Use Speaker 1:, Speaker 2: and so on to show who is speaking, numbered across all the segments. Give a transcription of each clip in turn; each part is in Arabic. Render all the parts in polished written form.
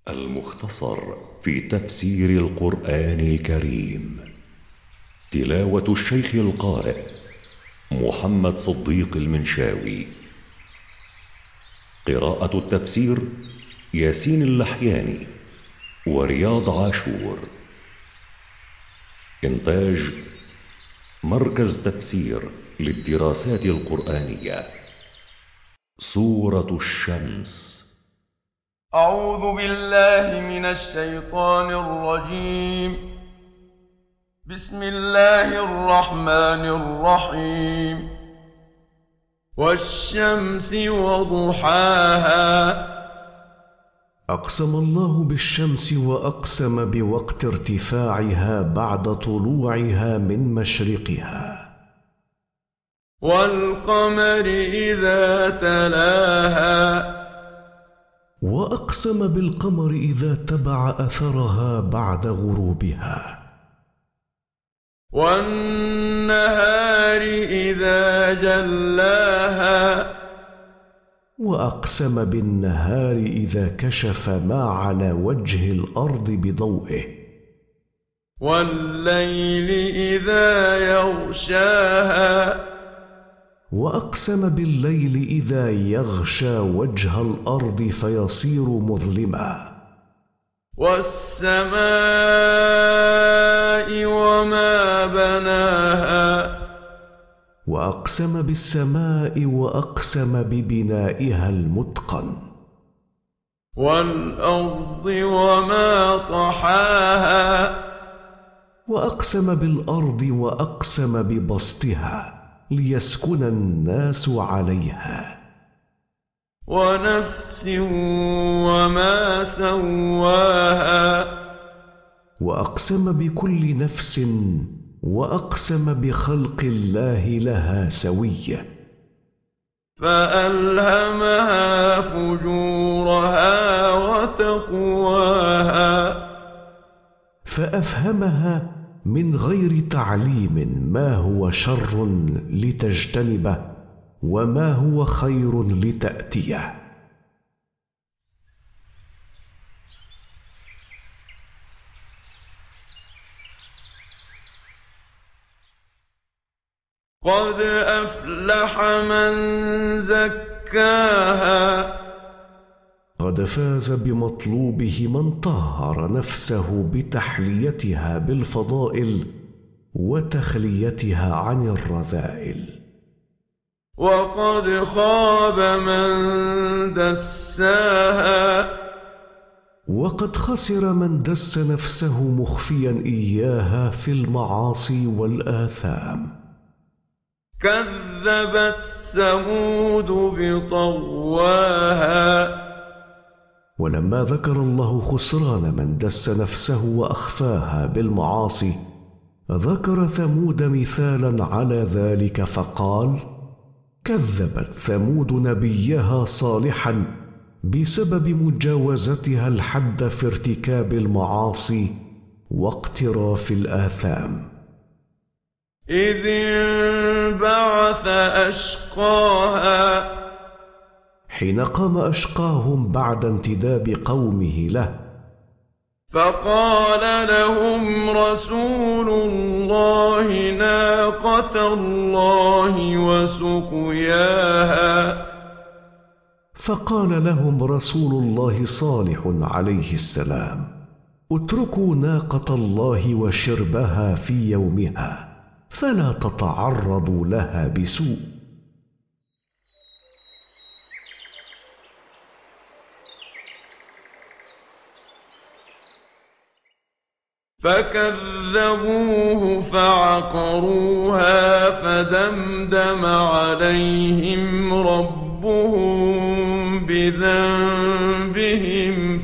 Speaker 1: المختصر في تفسير القرآن الكريم. تلاوة الشيخ القارئ محمد صديق المنشاوي. قراءة التفسير ياسين اللحياني ورياض عاشور. إنتاج مركز تفسير للدراسات القرآنية. سورة الشمس.
Speaker 2: أعوذ بالله من الشيطان الرجيم. بسم الله الرحمن الرحيم. والشمس وضحاها.
Speaker 3: أقسم الله بالشمس وأقسم بوقت ارتفاعها بعد طلوعها من مشرقها.
Speaker 2: والقمر إذا تلاها.
Speaker 3: وأقسم بالقمر إذا تبع أثرها بعد غروبها.
Speaker 2: والنهار إذا جلاها.
Speaker 3: وأقسم بالنهار إذا كشف ما على وجه الأرض بضوئه.
Speaker 2: والليل إذا يغشاها.
Speaker 3: وأقسم بالليل إذا يغشى وجه الأرض فيصير مظلما.
Speaker 2: والسماء وما بناها.
Speaker 3: وأقسم بالسماء وأقسم ببنائها المتقن.
Speaker 2: والأرض وما طحاها.
Speaker 3: وأقسم بالأرض وأقسم ببسطها ليسكن الناس عليها.
Speaker 2: ونفس وما سواها.
Speaker 3: وأقسم بكل نفس وأقسم بخلق الله لها سوية.
Speaker 2: فألهمها فجورها وتقواها.
Speaker 3: فأفهمها من غير تعليم ما هو شر لتجتنبه وما هو خير لتأتيه.
Speaker 2: قد أفلح من زكاها.
Speaker 3: قد فاز بمطلوبه من طهر نفسه بتحليتها بالفضائل وتخليتها عن الرذائل.
Speaker 2: وقد خاب من دساها.
Speaker 3: وقد خسر من دس نفسه مخفيا إياها في المعاصي والآثام.
Speaker 2: كذبت ثمود بطغواها.
Speaker 3: ولما ذكر الله خسران من دس نفسه وأخفاها بالمعاصي ذكر ثمود مثالا على ذلك فقال: كذبت ثمود نبيها صالحا بسبب مجاوزتها الحد في ارتكاب المعاصي واقتراف الآثام.
Speaker 2: إذ انبعث أشقاها.
Speaker 3: حين قام أشقاهم بعد انتداب قومه له.
Speaker 2: فقال لهم رسول الله ناقة الله وسقياها.
Speaker 3: فقال لهم رسول الله صالح عليه السلام: اتركوا ناقة الله وشربها في يومها فلا تتعرضوا لها بسوء.
Speaker 2: فكذبوه فعقروها فدمدم عليهم ربهم بذنبهم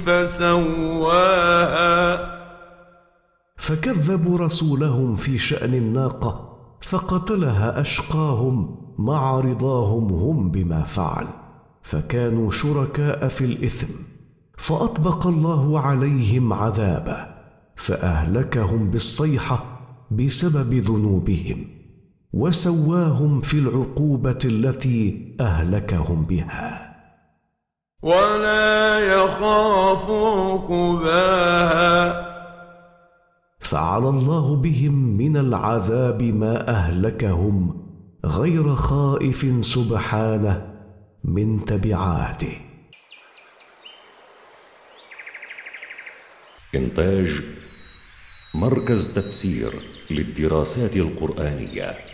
Speaker 2: فسواها.
Speaker 3: فكذبوا رسولهم في شأن الناقة فقتلها أشقاهم مع رضاهم هم بما فعل، فكانوا شركاء في الإثم، فأطبق الله عليهم عذابه فأهلكهم بالصيحة بسبب ذنوبهم، وسواهم في العقوبة التي أهلكهم بها.
Speaker 2: ولا يخاف عقباها.
Speaker 3: فعل الله بهم من العذاب ما أهلكهم غير خائف سبحانه من تبعاته.
Speaker 1: إنتاج مركز تفسير للدراسات القرآنية.